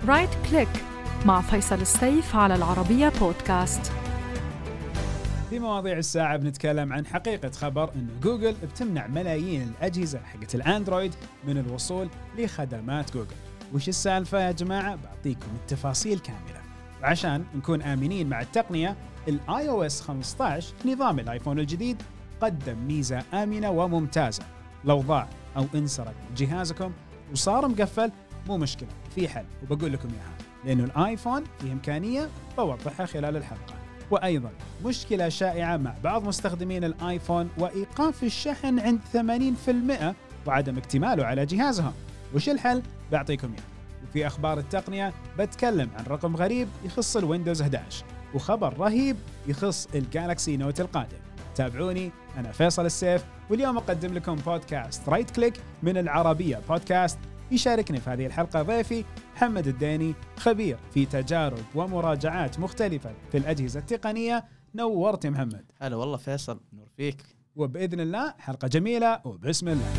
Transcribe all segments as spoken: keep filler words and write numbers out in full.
رايت كليك مع فيصل السيف على العربية بودكاست. في مواضيع الساعة بنتكلم عن حقيقة خبر إنه جوجل بتمنع ملايين الأجهزة حقت الأندرويد من الوصول لخدمات جوجل. وش السالفة يا جماعة؟ بعطيكم التفاصيل كاملة. وعشان نكون آمنين مع التقنية، الاي او اس خمسة عشر نظام الايفون الجديد قدم ميزة آمنة وممتازة. لو ضاع أو انسرق جهازكم وصار مقفل مو مشكلة، في حل وبقول لكم إياها، لأنه الآيفون فيه إمكانية بوضحها خلال الحلقة. وأيضا مشكلة شائعة مع بعض مستخدمين الآيفون وإيقاف الشحن عند ثمانين بالمئة وعدم اكتماله على جهازهم. وش الحل؟ بعطيكم إياه. وفي أخبار التقنية بتكلم عن رقم غريب يخص الويندوز إحدى عشر وخبر رهيب يخص الجالكسي نوت القادم. تابعوني، أنا فيصل السيف، واليوم أقدم لكم بودكاست رايت كليك من العربية بودكاست. يشاركني في هذه الحلقة ضيفي محمد الديني، خبير في تجارب ومراجعات مختلفة في الأجهزة التقنية. نورت يا محمد. هلا والله فيصل، نور فيك. وبإذن الله حلقة جميلة وبسم الله.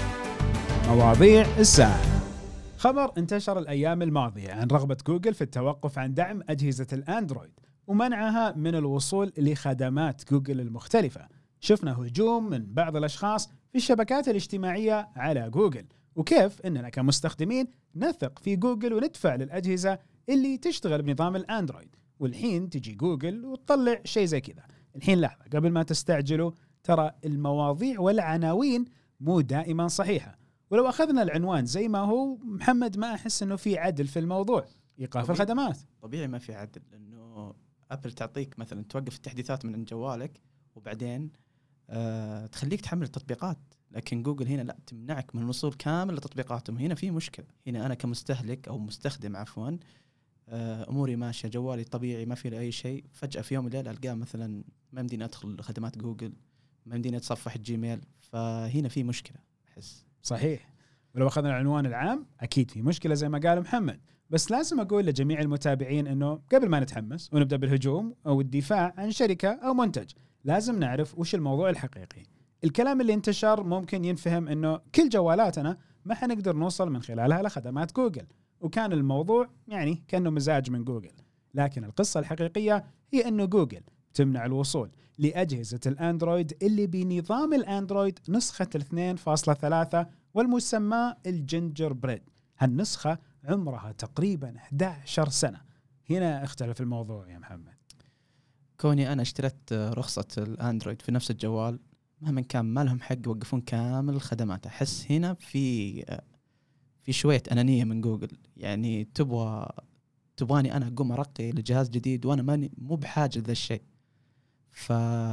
مواضيع الساعة. خبر انتشر الأيام الماضية عن رغبة جوجل في التوقف عن دعم أجهزة الأندرويد ومنعها من الوصول لخدمات جوجل المختلفة. شفنا هجوم من بعض الأشخاص في الشبكات الاجتماعية على جوجل، وكيف أننا كمستخدمين نثق في جوجل وندفع للأجهزة اللي تشتغل بنظام الأندرويد، والحين تجي جوجل وتطلع شيء زي كذا. الحين لحظة، قبل ما تستعجلوا، ترى المواضيع والعناوين مو دائما صحيحة. ولو أخذنا العنوان زي ما هو محمد، ما أحس أنه في عدل في الموضوع. إيقاف الخدمات طبيعي ما في عدل، لأنه أبل تعطيك مثلا توقف التحديثات من جوالك وبعدين أه تخليك تحمل التطبيقات، لكن جوجل هنا لا، تمنعك من الوصول كامل لتطبيقاتهم. هنا في مشكلة. هنا أنا كمستهلك أو مستخدم عفوا أه أموري ماشية، جوالي طبيعي ما في له أي شيء، فجأة في يوم الليل ألقاه مثلا ما يمديني أدخل خدمات جوجل، ما يمديني أتصفح الجيميل. فهنا في مشكلة أحس. صحيح. ولو أخذنا العنوان العام أكيد في مشكلة زي ما قال محمد، بس لازم أقول لجميع المتابعين أنه قبل ما نتحمس ونبدأ بالهجوم أو الدفاع عن شركة أو منتج، لازم نعرف وش الموضوع الحقيقي. الكلام اللي انتشر ممكن ينفهم أنه كل جوالاتنا ما حنقدر نوصل من خلالها لخدمات جوجل، وكان الموضوع يعني كأنه مزاج من جوجل. لكن القصة الحقيقية هي أنه جوجل تمنع الوصول لأجهزة الأندرويد اللي بنظام الأندرويد نسخة اثنين فاصلة ثلاثة والمسمى الجينجر بريد. هالنسخة عمرها تقريبا إحدى عشرة سنة. هنا اختلف الموضوع يا محمد. كوني أنا اشتريت رخصة الأندرويد في نفس الجوال، مهما كان ما لهم حق يوقفون كامل الخدمات. أحس هنا في في شوية أنانية من جوجل، يعني تبغى تبغاني أنا أقوم أرقي لجهاز جديد وأنا ماني مو بحاجة لذا الشيء. ف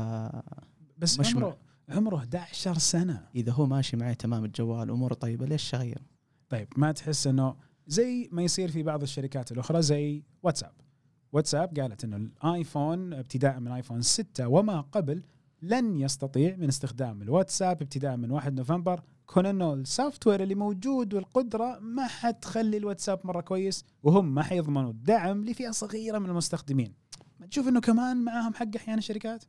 بس مش عمره م... عمره إحدى عشرة سنة. إذا هو ماشي معي تمام الجوال أموره طيبة، ليش شغير؟ طيب ما تحس إنه زي ما يصير في بعض الشركات الأخرى زي واتساب؟ واتساب قالت إنه الآيفون ابتداء من آيفون ستة وما قبل لن يستطيع من استخدام الواتساب ابتداء من واحد نوفمبر، كون إنه السوفت وير اللي موجود والقدرة ما حتخلي الواتساب مرة كويس، وهم ما حيضمنوا الدعم لفئة صغيرة من المستخدمين. ما تشوف إنه كمان معاهم حق أحيانا الشركات؟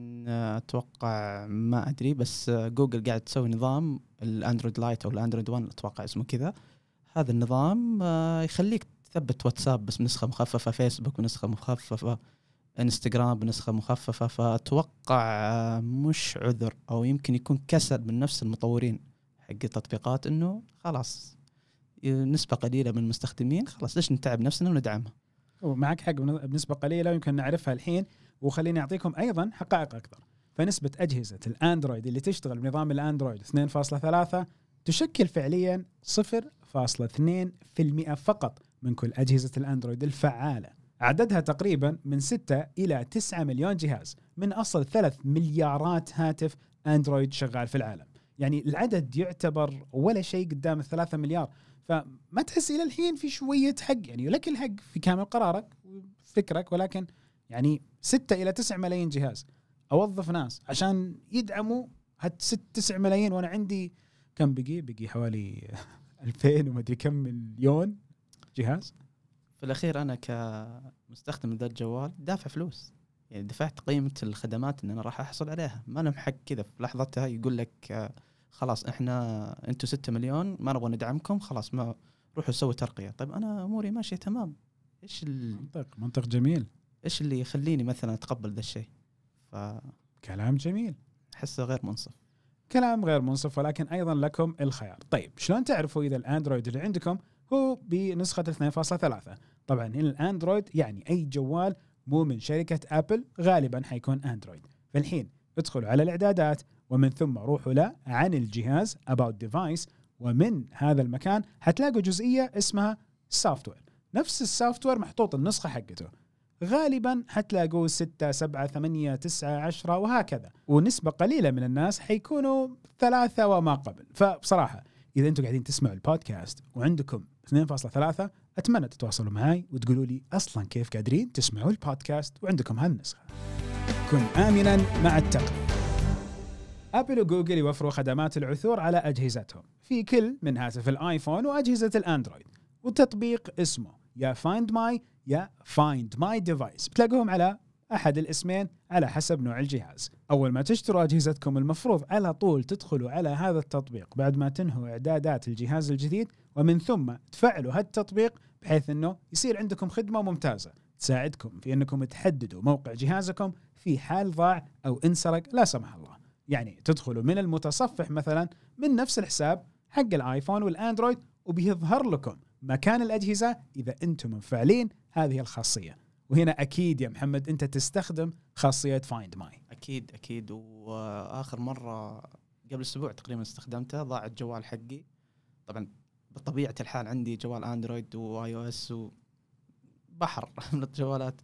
أتوقع، ما أدري، بس جوجل قاعد تسوي نظام الأندرويد لايت أو الأندرويد وان، أتوقع اسمه كذا. هذا النظام يخليك تثبت واتساب بس بنسخة مخففة، فيسبوك بنسخة مخففة، انستغرام بنسخة مخففة. فأتوقع مش عذر، أو يمكن يكون كسل من نفس المطورين حق التطبيقات، إنه خلاص نسبة قليلة من المستخدمين، خلاص ليش نتعب نفسنا وندعمها. ومعك حق بنسبة قليلة يمكن نعرفها الحين. وخليني أعطيكم أيضا حقائق أكثر. فنسبة أجهزة الأندرويد اللي تشتغل بنظام الأندرويد اثنين فاصلة ثلاثة تشكل فعليا صفر فاصلة اثنين بالمئة فقط من كل أجهزة الأندرويد الفعالة. عددها تقريبا من ستة إلى تسعة مليون جهاز من أصل ثلاث مليارات هاتف أندرويد شغال في العالم. يعني العدد يعتبر ولا شيء قدام الثلاثة مليار. فما تحس إلى الحين في شوية حق، يعني لك الحق في كامل قرارك وفكرك، ولكن يعني ستة إلى تسعة ملايين جهاز أوظف ناس عشان يدعموا هاد ست تسع ملايين، وأنا عندي كم بقي بقي حوالي ألفين وما أدري كم مليون جهاز. في الأخير أنا كمستخدم ذا الجوال دافع فلوس، يعني دفعت قيمة الخدمات إن أنا راح أحصل عليها. ما لهم حق كذا في لحظتها يقول لك خلاص إحنا أنتوا ستة مليون ما نبغى ندعمكم، خلاص ما روحوا سووا ترقية. طيب أنا أموري ماشية تمام، إيش ال... منطق منطق جميل. إيش اللي يخليني مثلا أتقبل ذا الشيء؟ ف كلام جميل، أحسه غير منصف. كلام غير منصف، ولكن أيضا لكم الخيار. طيب شلون تعرفوا إذا الأندرويد اللي عندكم هو بنسخة اثنين فاصلة ثلاثة؟ طبعا هنا الأندرويد يعني أي جوال مو من شركة أبل غالبا حيكون أندرويد. فالحين ادخلوا على الإعدادات ومن ثم روحوا له عن الجهاز About Device، ومن هذا المكان حتلاقوا جزئية اسمها Software. نفس السوفتوير محطوط النسخة حقته، غالبا حتلاقوا ستة سبعة ثمانية تسعة عشرة وهكذا، ونسبة قليلة من الناس حيكونوا ثلاثة وما قبل. فبصراحة إذا أنتم قاعدين تسمعوا البودكاست وعندكم اثنين فاصلة ثلاثة أتمنى تتواصلوا معي وتقولوا لي أصلا كيف قادرين تسمعوا البودكاست وعندكم هالنسخة. كن آمنا مع التقنية. أبل وجوجل يوفروا خدمات العثور على أجهزتهم في كل من هاتف الآيفون وأجهزة الأندرويد، وتطبيق اسمه يا Find My يا Find My Device، بتلاقوهم على أحد الاسمين على حسب نوع الجهاز. أول ما تشتروا أجهزتكم المفروض على طول تدخلوا على هذا التطبيق بعد ما تنهوا إعدادات الجهاز الجديد، ومن ثم تفعلوا هذا التطبيق بحيث أنه يصير عندكم خدمة ممتازة تساعدكم في أنكم تحددوا موقع جهازكم في حال ضاع أو انسرق لا سمح الله. يعني تدخلوا من المتصفح مثلا من نفس الحساب حق الآيفون والأندرويد، وبيظهر لكم مكان الأجهزة إذا أنتم مفعلين هذه الخاصية. وهنا أكيد يا محمد أنت تستخدم خاصية Find My. أكيد أكيد. وآخر مرة قبل أسبوع تقريبا استخدمته، ضاع الجوال حقي. طبعا بطبيعة الحال عندي جوال أندرويد وآي أو إس وبحر من الجوالات،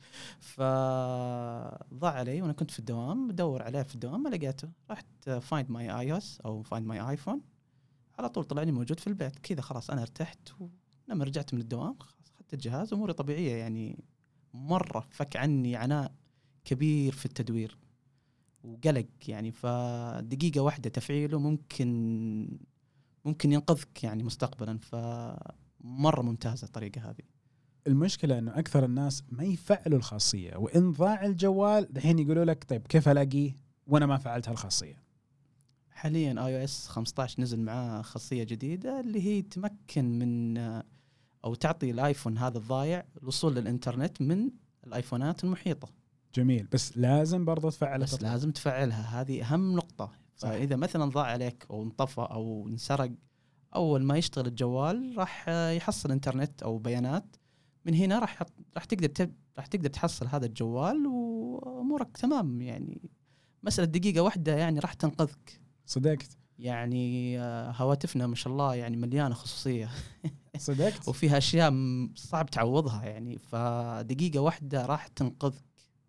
فضاع علي وأنا كنت في الدوام بدور عليه في الدوام ما لقيته. رحت Find My آي أو إس أو Find My آيفون، على طول طلع لي موجود في البيت كذا. خلاص أنا ارتحت، ولما رجعت من الدوام أخذت الجهاز أموري طبيعية. يعني مرة فك عني عناء كبير في التدوير وقلق يعني، فدقيقة واحدة تفعيله ممكن ممكن ينقذك يعني مستقبلا. فمرة ممتازة الطريقة هذه. المشكلة أنه أكثر الناس ما يفعلوا الخاصية، وإن ضاع الجوال دحين يقولوا لك طيب كيف ألاقيه وأنا ما فعلت هالخاصية. حاليا آي أو إس خمسة عشر نزل معاه خاصية جديدة اللي هي تمكن من أو تعطي الآيفون هذا الضايع الوصول للإنترنت من الآيفونات المحيطة. جميل، بس لازم برضو تفعلها. بس تطلع. لازم تفعلها، هذه أهم نقطة. فإذا مثلا ضاع عليك أو انطفى أو انسرق، أول ما يشتغل الجوال راح يحصل إنترنت أو بيانات من هنا، راح راح تقدر تب... راح تقدر تحصل هذا الجوال وأمورك تمام. يعني مسألة دقيقة واحدة يعني راح تنقذك. صدقت. يعني هواتفنا ما شاء الله يعني مليانة خصوصية. صدقت. وفيها أشياء صعب تعوضها يعني، فدقيقة واحدة راح تنقذك.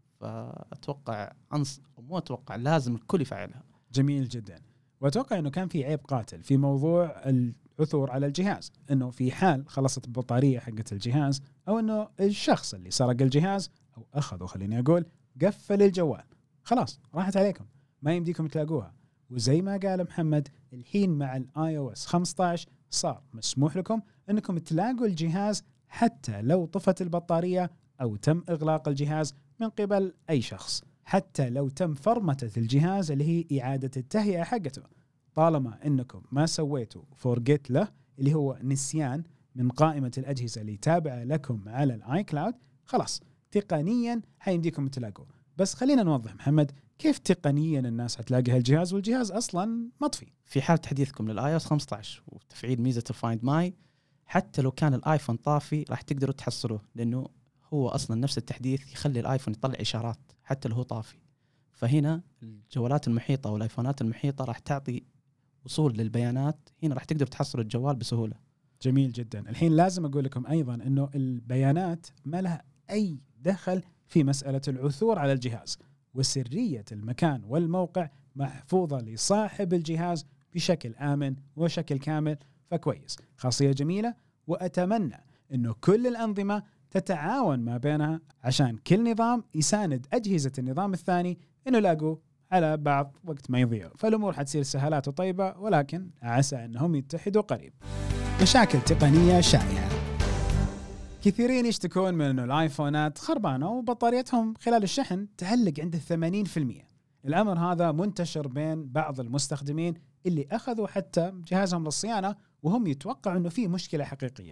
فأتوقع أنص مو أتوقع لازم الكل يفعلها. جميل جدا. وأتوقع أنه كان في عيب قاتل في موضوع العثور على الجهاز، أنه في حال خلصت البطارية حقت الجهاز، أو أنه الشخص اللي سرق الجهاز أو أخذه خليني أقول قفل الجوال، خلاص راحت عليكم ما يمديكم تلاقوها. وزي ما قال محمد الحين مع الاي او اس خمسة عشر صار مسموح لكم انكم تلاقوا الجهاز حتى لو طفت البطارية او تم اغلاق الجهاز من قبل اي شخص، حتى لو تم فرمتة الجهاز اللي هي اعادة التهيئة حقته، طالما انكم ما سويتوا فورجيت له اللي هو نسيان من قائمة الاجهزة اللي تابعة لكم على الاي كلاود، خلاص تقنيا حيمديكم تلاقوه. بس خلينا نوضح محمد، كيف تقنيا الناس هتلاقي هالجهاز والجهاز اصلا مطفي؟ في حال تحديثكم للاي او اس خمسة عشر وتفعيل ميزه الفايند ماي، حتى لو كان الايفون طافي راح تقدروا تحصلوه، لانه هو اصلا نفس التحديث يخلي الايفون يطلع اشارات حتى لو هو طافي. فهنا الجوالات المحيطه والايفونات المحيطه راح تعطي وصول للبيانات، هنا راح تقدروا تحصلوا الجوال بسهوله. جميل جدا. الحين لازم اقول لكم ايضا انه البيانات ما لها اي دخل في مساله العثور على الجهاز، وسرية المكان والموقع محفوظة لصاحب الجهاز بشكل آمن وشكل كامل. فكويس، خاصية جميلة، وأتمنى أنه كل الأنظمة تتعاون ما بينها عشان كل نظام يساند أجهزة النظام الثاني أنه يلاقوا على بعض وقت ما يضيعوا. فالأمور حتصير سهلات وطيبة، ولكن عسى أنهم يتحدوا قريب. مشاكل تقنية شائعة. كثيرين يشتكون من أنه الآيفونات خربانة وبطاريتهم خلال الشحن تعلق عند ثمانين بالمئة. الأمر هذا منتشر بين بعض المستخدمين اللي أخذوا حتى جهازهم للصيانة وهم يتوقعوا أنه فيه مشكلة حقيقية،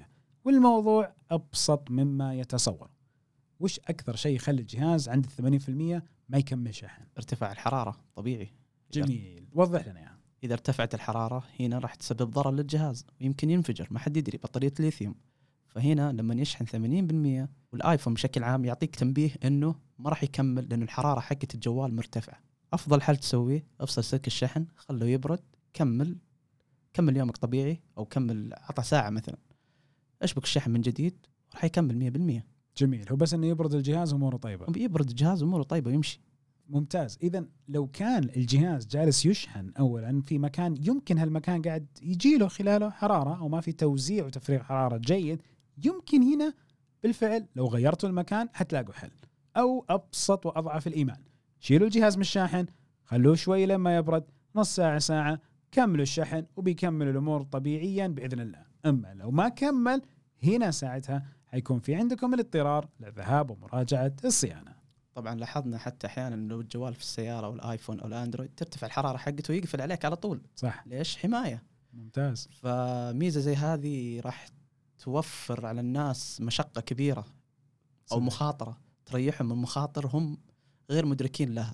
والموضوع أبسط مما يتصور. وش أكثر شيء يخلي الجهاز عند ثمانين بالمئة ما يكمل شحن؟ ارتفاع الحرارة طبيعي. جميل، وضح لنا يعني. إذا ارتفعت الحرارة هنا راح تسبب ضرر للجهاز ويمكن ينفجر، ما حد يدري، بطارية ليثيوم. فهنا لما يشحن ثمانين بالمئة، والآيفون بشكل عام يعطيك تنبيه إنه ما راح يكمل لأنه الحرارة حقة الجوال مرتفعة. أفضل حل تسويه افصل سلك الشحن، خله يبرد، كمل كمل يومك طبيعي، أو كمل عطى ساعة مثلا، اشبك الشحن من جديد راح يكمل مية بالمية. جميل، هو بس إنه يبرد الجهاز أموره طيبة. يبرد الجهاز أموره طيبة ويمشي. ممتاز. إذن لو كان الجهاز جالس يشحن أولا في مكان يمكن هالمكان قاعد يجيله خلاله حرارة أو ما في توزيع وتفريغ حرارة جيد، يمكن هنا بالفعل لو غيرتوا المكان حتلاقوا حل. أو أبسط وأضعف الإيمان، شيلوا الجهاز من الشاحن، خلوه شوي لما يبرد، نص ساعة ساعة، كملوا الشحن وبيكمل الأمور طبيعيا بإذن الله. أما لو ما كمل، هنا ساعتها حيكون في عندكم الاضطرار للذهاب ومراجعة الصيانة. طبعا لاحظنا حتى أحيانا لو الجوال في السيارة أو الآيفون أو الأندرويد ترتفع الحرارة حقته ويقفل عليك على طول. صح. ليش؟ حماية. ممتاز. فميزة زي هذه راح توفر على الناس مشقة كبيرة أو صح. مخاطرة، تريحهم من مخاطر هم غير مدركين لها.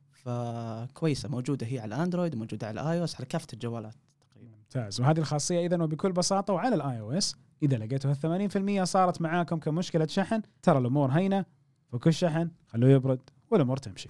فكويسة، موجودة هي على الأندرويد، موجودة على الآي أو إس، على كافة الجوالات تقريبا. ممتاز. وهذه الخاصية إذن وبكل بساطة وعلى الآي أو إس. إذا لقيتوا الثمانين بالمئة صارت معاكم كمشكلة شحن، ترى الأمور هينة، فكل الشحن خلوه يبرد والأمور تمشي.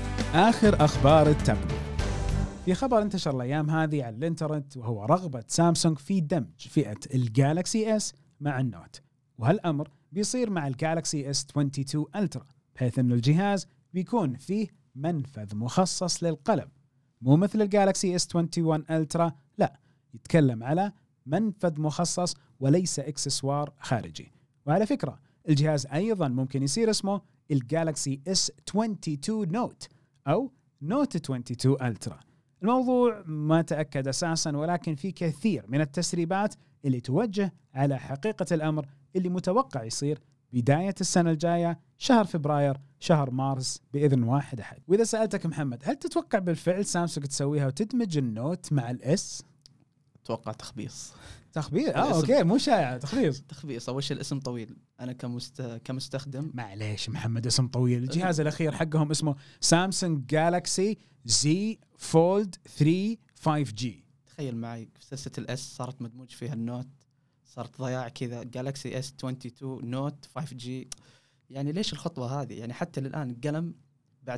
آخر أخبار التقنية. في خبر انتشر الأيام هذه على الانترنت، وهو رغبة سامسونج في دمج فئة الجالكسي اس مع النوت. وهالأمر بيصير مع الجالكسي اس اثنين وعشرين ألترا، بحيث أنه الجهاز بيكون فيه منفذ مخصص للقلم، مو مثل الجالكسي اس واحد وعشرين ألترا، لا، يتكلم على منفذ مخصص وليس اكسسوار خارجي. وعلى فكرة الجهاز أيضا ممكن يصير اسمه الجالكسي اس اثنين وعشرين نوت أو نوت اثنين وعشرين ألترا. الموضوع ما تأكد أساسا، ولكن في كثير من التسريبات اللي توجه على حقيقة الأمر اللي متوقع يصير بداية السنة الجاية، شهر فبراير شهر مارس بإذن واحد أحد. وإذا سألتك محمد، هل تتوقع بالفعل سامسونج تسويها وتدمج النوت مع الإس؟ أتوقع تخبيص. تخبيص؟ آه أوكي، مو شائع، تخبيص. تخبيص. أول شيء الاسم طويل، أنا كمست... كمستخدم. معليش محمد، اسم طويل. الجهاز الأخير حقهم اسمه سامسونج جالكسي زي فولد ثري فايف جي. تخيل معي في سلسلة الإس صارت مدموج فيها النوت، صارت ضياع كذا. جالكسي اس اثنين وعشرين نوت فايف جي، يعني ليش الخطوة هذه؟ يعني حتى الآن القلم بعد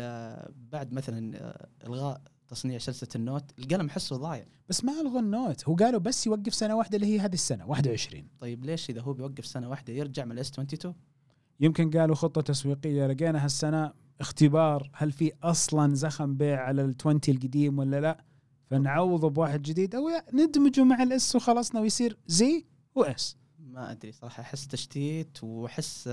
بعد مثلا إلغاء تصنيع سلسلة النوت، القلم حسه ضايع. بس ما ألغوا النوت، هو قالوا بس يوقف سنة واحدة اللي هي هذه السنة واحد وعشرين. طيب ليش إذا هو بيوقف سنة واحدة يرجع من الاس اثنين وعشرين؟ يمكن قالوا خطة تسويقية، لقينا هالسنة اختبار هل في أصلا زخم بيع على العشرين القديم ولا لا، فنعوضه بواحد جديد، أو ندمجه مع الإس وخلصنا ويصير زي وإس. ما أدري صراحة، أحس تشتيت، وأحس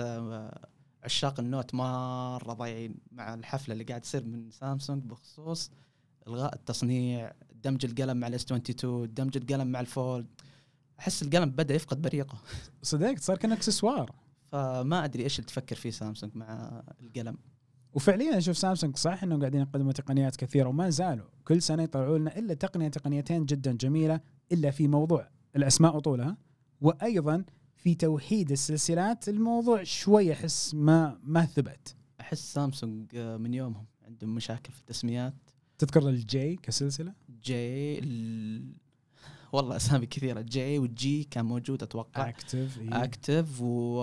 عشاق النوت مرة ضايعين مع الحفلة اللي قاعد تصير من سامسونج بخصوص إلغاء التصنيع، دمج القلم مع الاس اثنين وعشرين، دمج القلم مع الفولد. أحس القلم بدأ يفقد بريقه. صدقت صار كأنه اكسسوار. فما أدري إيش اللي تفكر فيه سامسونج مع القلم. وفعليا أشوف سامسونج صح إنه قاعدين يقدموا تقنيات كثيرة، وما زالوا كل سنة يطلعوا لنا إلا تقنية تقنيتين جدا جميلة، إلا في موضوع الأسماء وطولها، وأيضا في توحيد السلسلات. الموضوع شوية أحس ما ما ثبت. أحس سامسونج من يومهم عندهم مشاكل في التسميات. تذكر الجي كسلسلة؟ جي ال... والله أسامي كثيرة، جي والجي كان موجود أتوقع. أكتف إيه؟ أكتف،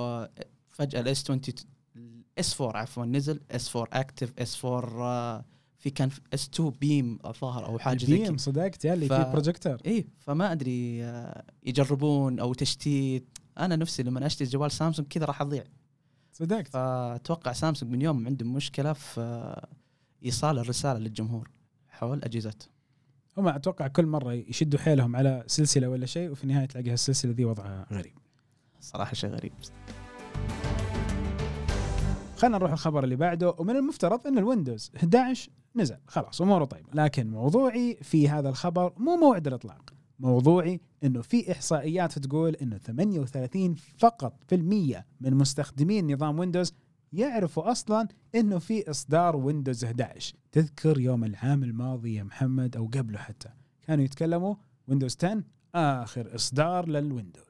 وفجأة الاس اثنين وعشرين اس فور عفوا نزل، اس فور أكتف، اس فور في كان اس تو بيم الظاهر أو حاجة زي كذا. صدقت يلي ف... في بروجيكتور. إيه، فما أدري يجربون أو تشتيت. أنا نفسي لما أشتري جوال سامسونج كذا راح أضيع. صدقت. فأتوقع سامسونج من يوم عندهم مشكلة في إيصال الرسالة للجمهور حول أجهزته. هم أتوقع كل مرة يشدوا حيلهم على سلسلة ولا شيء، وفي النهاية تلاقي السلسلة ذي وضعها غريب. صراحة شيء غريب. خلنا نروح الخبر اللي بعده. ومن المفترض أن الويندوز إحدى عشر نزل خلاص أموره طيبة، لكن موضوعي في هذا الخبر مو موعد الإطلاق. موضوعي إنه في إحصائيات تقول إنه ثمانية وثلاثين فقط في المية من مستخدمين نظام ويندوز يعرفوا أصلاً إنه في إصدار ويندوز إحدى عشر. تذكر يوم العام الماضي يا محمد أو قبله حتى كانوا يتكلموا ويندوز عشرة آخر إصدار للويندوز،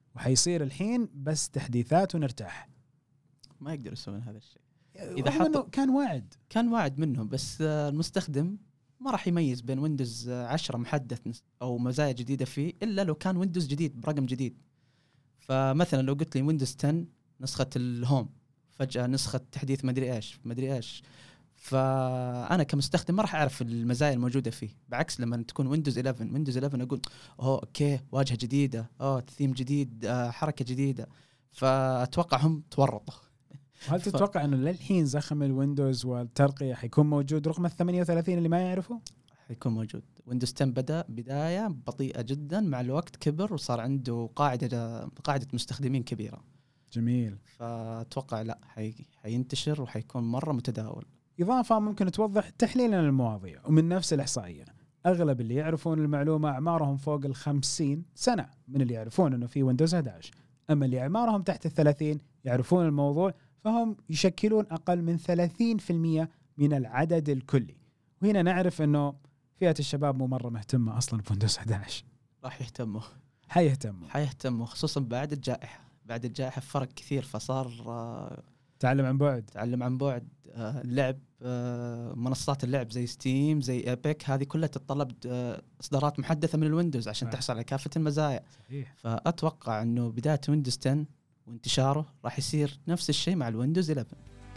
وحيصير الحين بس تحديثات ونرتاح. ما يقدر يسوون هذا الشيء. إذا حطوا كان واعد كان واعد منهم، بس المستخدم ما راح يميز بين ويندوز عشرة محدث أو مزايا جديدة فيه إلا لو كان ويندوز جديد برقم جديد. فمثلا لو قلت لي ويندوز عشرة نسخة الهوم، فجأة نسخة تحديث مدري إيش مدري إيش، فأنا كمستخدم ما راح أعرف المزايا الموجودة فيه. بعكس لما تكون ويندوز إحدى عشر ويندوز إحدى عشر أقول أوه أوكي واجهة جديدة، أوه ثيم جديد، آه حركة جديدة. فأتوقع هم تورطوا. هل تتوقع أنه للحين زخم الويندوز والترقية حيكون موجود رغم الثمانية وثلاثين اللي ما يعرفوا؟ حيكون موجود. ويندوز عشرة بدأ بداية بطيئة جدا، مع الوقت كبر وصار عنده قاعدة قاعدة مستخدمين كبيرة. جميل. فأتوقع لا حي... حينتشر وحيكون مرة متداول. إضافة ممكن توضح تحليلا للمواضيع ومن نفس الإحصائية، أغلب اللي يعرفون المعلومة أعمارهم فوق الخمسين سنة من اللي يعرفون أنه في ويندوز إحدى عشر، أما اللي أعمارهم تحت الثلاثين يعرفون الموضوع، فهم يشكلون أقل من ثلاثين بالمئة من العدد الكلي. وهنا نعرف أنه فئة الشباب مو مرة مهتمة أصلا بويندوز إحدى عشر. راح يهتموا حيهتموا حيهتموا خصوصا بعد الجائحة. بعد الجائحة فرق كثير، فصار تعلم عن بعد تعلم عن بعد اللعب، منصات اللعب زي ستيم زي ايبك هذه كلها تتطلب اصدارات محدثة من الويندوز عشان آه. تحصل على كافة المزايا. صحيح. فأتوقع أنه بداية ويندوز عشرة وانتشاره راح يصير نفس الشيء مع الويندوز إحدى عشر.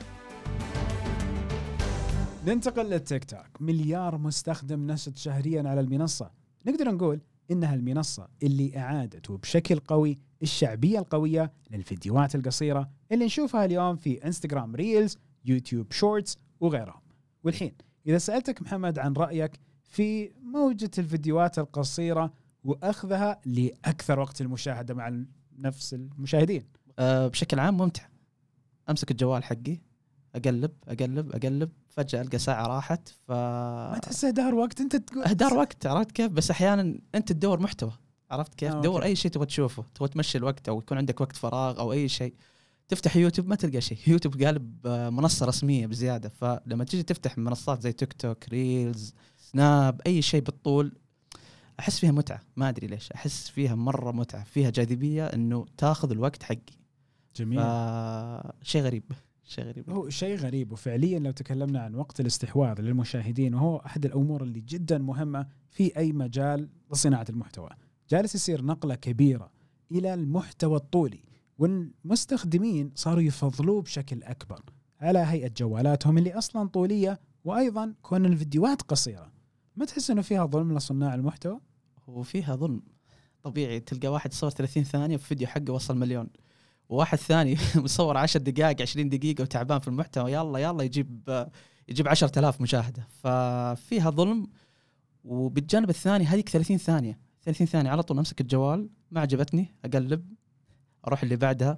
ننتقل للتيك توك. مليار مستخدم نشط شهريا على المنصة. نقدر نقول إنها المنصة اللي أعادت وبشكل قوي الشعبية القوية للفيديوهات القصيرة اللي نشوفها اليوم في انستغرام ريلز، يوتيوب شورتس وغيرهم. والحين إذا سألتك محمد عن رأيك في موجة الفيديوهات القصيرة وأخذها لأكثر وقت المشاهدة مع نفس المشاهدين. أه بشكل عام ممتع. أمسك الجوال حقي أقلب أقلب أقلب فجأة ألقى ساعة راحت. ف ما تحس إهدار وقت؟ أنت تقول إهدار وقت، عرفت كيف؟ بس أحيانا أنت تدور محتوى، عرفت كيف؟ تدور أي شيء تبغى تشوفه، تبغى تمشي الوقت أو يكون عندك وقت فراغ أو أي شيء. تفتح يوتيوب ما تلقى شيء. يوتيوب قالب منصة رسمية بزيادة. فلما تيجي تفتح منصات زي تيك توك ريلز سناب أي شيء بالطول أحس فيها متعة. ما أدري ليش أحس فيها مرة متعة، فيها جاذبية إنه تأخذ الوقت حقي. جميل. شيء غريب شيء غريب هو شيء غريب. وفعليا لو تكلمنا عن وقت الاستحواذ للمشاهدين، وهو أحد الأمور اللي جدا مهمة في أي مجال لصناعة المحتوى، جالس يصير نقلة كبيرة إلى المحتوى الطولي، والمستخدمين صاروا يفضلوه بشكل أكبر على هيئة جوالاتهم اللي أصلا طولية، وأيضا كون الفيديوهات قصيرة. ما تحس إنه فيها ظلم لصناع المحتوى؟ وفيها ظلم طبيعي. تلقى واحد صور ثلاثين ثانية في فيديو حقه وصل مليون، وواحد ثاني مصور عشر دقائق عشرين دقيقة وتعبان في المحتوى يلا يلا يجيب يجيب عشرة آلاف مشاهدة. ففيها ظلم. وبالجانب الثاني هذيك ثلاثين ثانية ثلاثين ثانية على طول أمسك الجوال، ما عجبتني أقلب أروح اللي بعدها.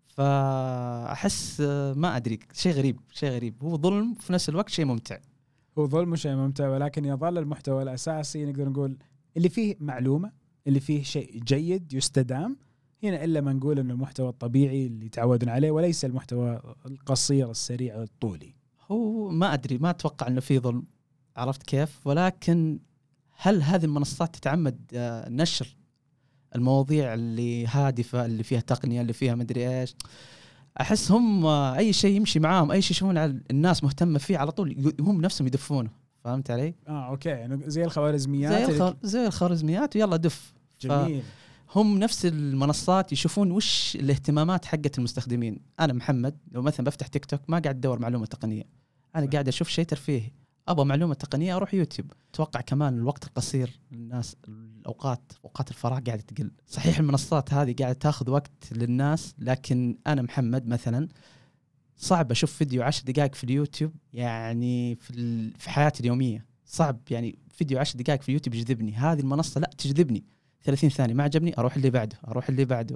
فأحس ما أدري شيء غريب شيء غريب هو ظلم في نفس الوقت شيء ممتع. هو ظلم شيء ممتع، ولكن يظل المحتوى الأساسي نقدر نقول اللي فيه معلومة، اللي فيه شيء جيد يستدام. هنا إلا ما نقول إن المحتوى الطبيعي اللي تعودنا عليه، وليس المحتوى القصير السريع الطولي. هو ما أدري ما أتوقع إنه فيه ظلم، عرفت كيف؟ ولكن هل هذه المنصات تتعمد نشر المواضيع اللي هادفة اللي فيها تقنية اللي فيها مدري إيش؟ أحس هم أي شيء يمشي معاهم، أي شيء يشوفون على الناس مهتمة فيه على طول هم نفسهم يدفونه. فهمت علي؟ آه أوكي، يعني زي الخوارزميات زي, الخور... زي الخوارزميات ويلا دف. جميل. هم نفس المنصات يشوفون وش الاهتمامات حقة المستخدمين. أنا محمد لو مثلا بفتح تيك توك ما قاعد أدور معلومة تقنية، أنا قاعد أشوف شيء ترفيهي، أبغى معلومة تقنية أروح يوتيوب. أتوقع كمان الوقت القصير للناس، الأوقات أوقات الفراغ قاعدة تقل. صحيح المنصات هذه قاعدة تأخذ وقت للناس، لكن أنا محمد مثلا صعب أشوف فيديو عشر دقائق في اليوتيوب يعني في في حياتي اليومية صعب. يعني فيديو عشر دقائق في اليوتيوب يجذبني، هذه المنصة لا تجذبني. ثلاثين ثانية ما عجبني أروح اللي بعده أروح اللي بعده.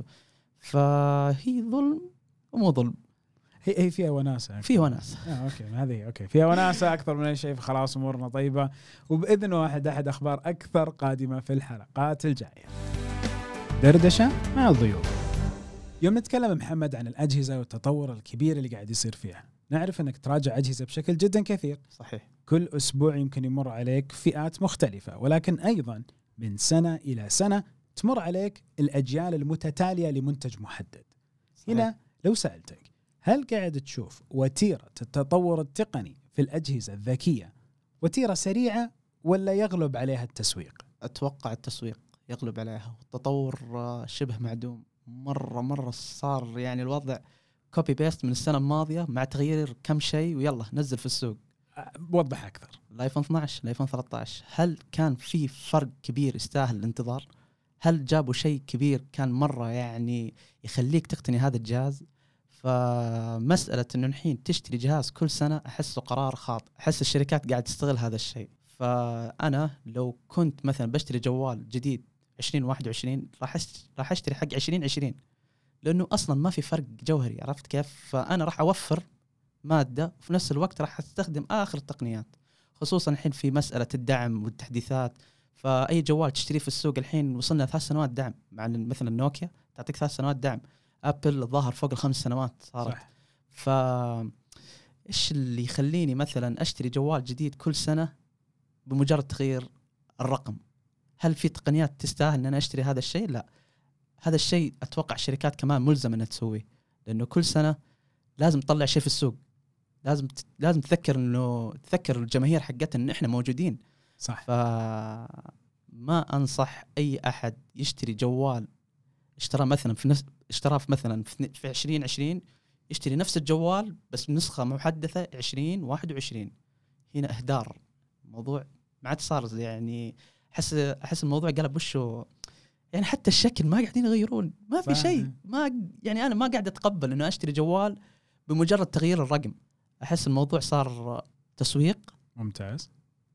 فهي ظلم ومو ظلم، هي هي فيها وناسة. فيها وناسة. آه أوكي هذه أوكي فيها وناسة أكثر من أي شيء. خلاص أمورنا طيبة، وبإذن واحد أحد أخبار أكثر قادمة في الحلقات الجاية. دردشة مع الضيوف. يوم نتكلم محمد عن الأجهزة والتطور الكبير اللي قاعد يصير فيها، نعرف أنك تراجع أجهزة بشكل جدا كثير. صحيح. كل أسبوع يمكن يمر عليك فئات مختلفة، ولكن أيضا من سنة إلى سنة تمر عليك الأجيال المتتالية لمنتج محدد. هنا لو سألتك هل قاعد تشوف وتيرة التطور التقني في الأجهزة الذكية وتيرة سريعة ولا يغلب عليها التسويق؟ أتوقع التسويق يغلب عليها، والتطور شبه معدوم مرة مرة. صار يعني الوضع كوبي بيست من السنة الماضية مع تغيير كم شيء ويلا نزل في السوق. وضح أكثر. الايفون اثنا عشر الايفون ثلاثة عشر، هل كان في فرق كبير يستاهل الانتظار؟ هل جابوا شيء كبير كان مرة يعني يخليك تقتني هذا الجهاز؟ فمسألة انه الحين تشتري جهاز كل سنة احسه قرار خاطئ. احس الشركات قاعد تستغل هذا الشيء. فانا لو كنت مثلا بشتري جوال جديد عشرين واحد وعشرين راح راح اشتري حق عشرين عشرين، لانه اصلا ما في فرق جوهري، عرفت كيف؟ فانا راح اوفر مادة وفي نفس الوقت راح استخدم اخر التقنيات، خصوصا الحين في مسألة الدعم والتحديثات. فأي جوال تشتريه في السوق الحين وصلنا ثلاث سنوات دعم، مع مثلا النوكيا تعطيك ثلاث سنوات دعم، أبل الظاهر فوق الخمس سنوات صارت. صح. فإيش اللي يخليني مثلا أشتري جوال جديد كل سنة بمجرد تغيير الرقم؟ هل في تقنيات تستاهل أن أنا أشتري هذا الشيء؟ لا. هذا الشيء أتوقع الشركات كمان ملزمة أنها تسويه، لأنه كل سنة لازم تطلع شيء في السوق، لازم لازم تذكر انه تذكر الجماهير حقتنا ان احنا موجودين. صح. فما انصح اي احد يشتري جوال اشترى مثلا في نفس اشتراه مثلا في عشرين عشرين يشتري نفس الجوال بس بنسخه محدثه عشرين واحد وعشرين. هنا اهدار موضوع، ما عاد صار يعني احس احس الموضوع قلب وشه، يعني حتى الشكل ما قاعدين يغيرون، ما في شيء. ما يعني انا ما قاعد اتقبل انه اشتري جوال بمجرد تغيير الرقم. أحس الموضوع صار تسويق. ممتاز.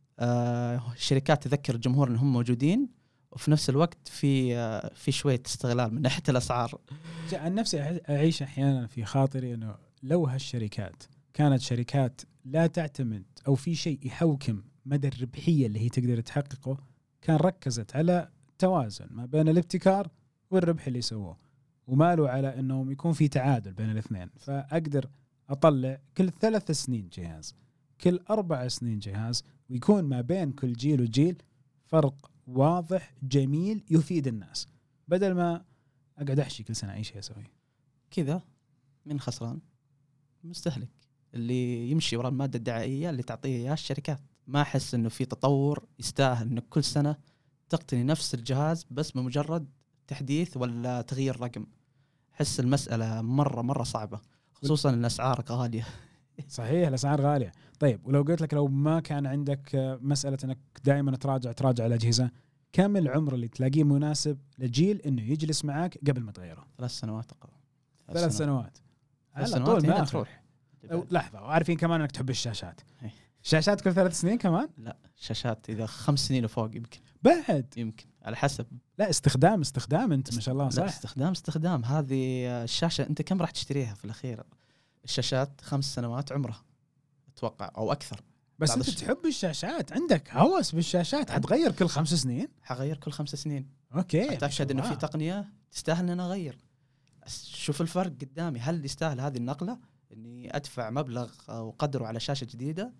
آه الشركات تذكر الجمهور أنهم موجودين، وفي نفس الوقت في آه في شوية استغلال من ناحية الأسعار. عن نفسي أعيش أحيانا في خاطري أنه لو هالشركات كانت شركات لا تعتمد أو في شيء يحوكم مدى الربحية اللي هي تقدر تحققه، كان ركزت على توازن ما بين الابتكار والربح اللي سووه، ومالوا على أنهم يكون في تعادل بين الاثنين. فأقدر أطلع كل ثلاث سنين جهاز، كل أربع سنين جهاز، ويكون ما بين كل جيل وجيل فرق واضح جميل يفيد الناس، بدل ما أقعد أحشي كل سنة أي شيء أسويه كذا. من خسران؟ مستهلك اللي يمشي وراء المادة الدعائية اللي تعطيه إياها الشركات. ما أحس إنه في تطور يستاهل إنه كل سنة تقتني نفس الجهاز بس بمجرد تحديث ولا تغيير رقم. أحس المسألة مرة مرة صعبة، خصوصا ان الاسعار غاليه. صحيح الاسعار غاليه. طيب ولو قلت لك لو ما كان عندك مساله انك دائما تراجع تراجع الاجهزه، كم العمر اللي تلاقيه مناسب لجيل انه يجلس معك قبل ما تغيره؟ ثلاث سنوات اقل. ثلاث سنوات ثلاث سنوات هنا تروح. لحظه، وعارفين كمان انك تحب الشاشات. شاشات كل ثلاث سنين كمان؟ لا، شاشات اذا خمس سنين وفوق يمكن. بعد يمكن على حسب. لا استخدام استخدام انت ما شاء الله. صح. استخدام استخدام هذه الشاشه انت كم راح تشتريها في الاخير؟ الشاشات خمس سنوات عمرها اتوقع او اكثر. بس انت الش... تحب الشاشات، عندك هوس بالشاشات، حتغير كل خمس سنين؟ حغير كل خمس سنين. اوكي. اتاكد انه في تقنيه تستاهل ان انا اغير. شوف الفرق قدامي، هل يستاهل هذه النقله اني ادفع مبلغ وقدره على شاشه جديده؟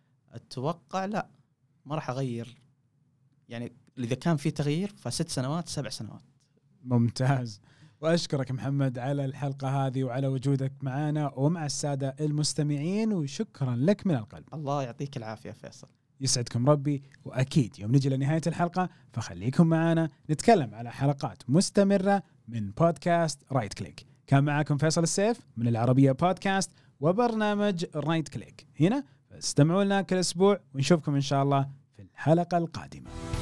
اتوقع لا، ما راح اغير. يعني اذا كان في تغيير فست سنوات سبع سنوات. ممتاز. وأشكرك محمد على الحلقة هذه وعلى وجودك معنا ومع السادة المستمعين، وشكرا لك من القلب. الله يعطيك العافية فيصل. يسعدكم ربي. وأكيد يوم نجي لنهاية الحلقة فخليكم معنا نتكلم على حلقات مستمرة من بودكاست رايت كليك. كان معكم فيصل السيف من العربية بودكاست وبرنامج رايت كليك هنا. استمعوا لنا كل أسبوع ونشوفكم إن شاء الله في الحلقة القادمة.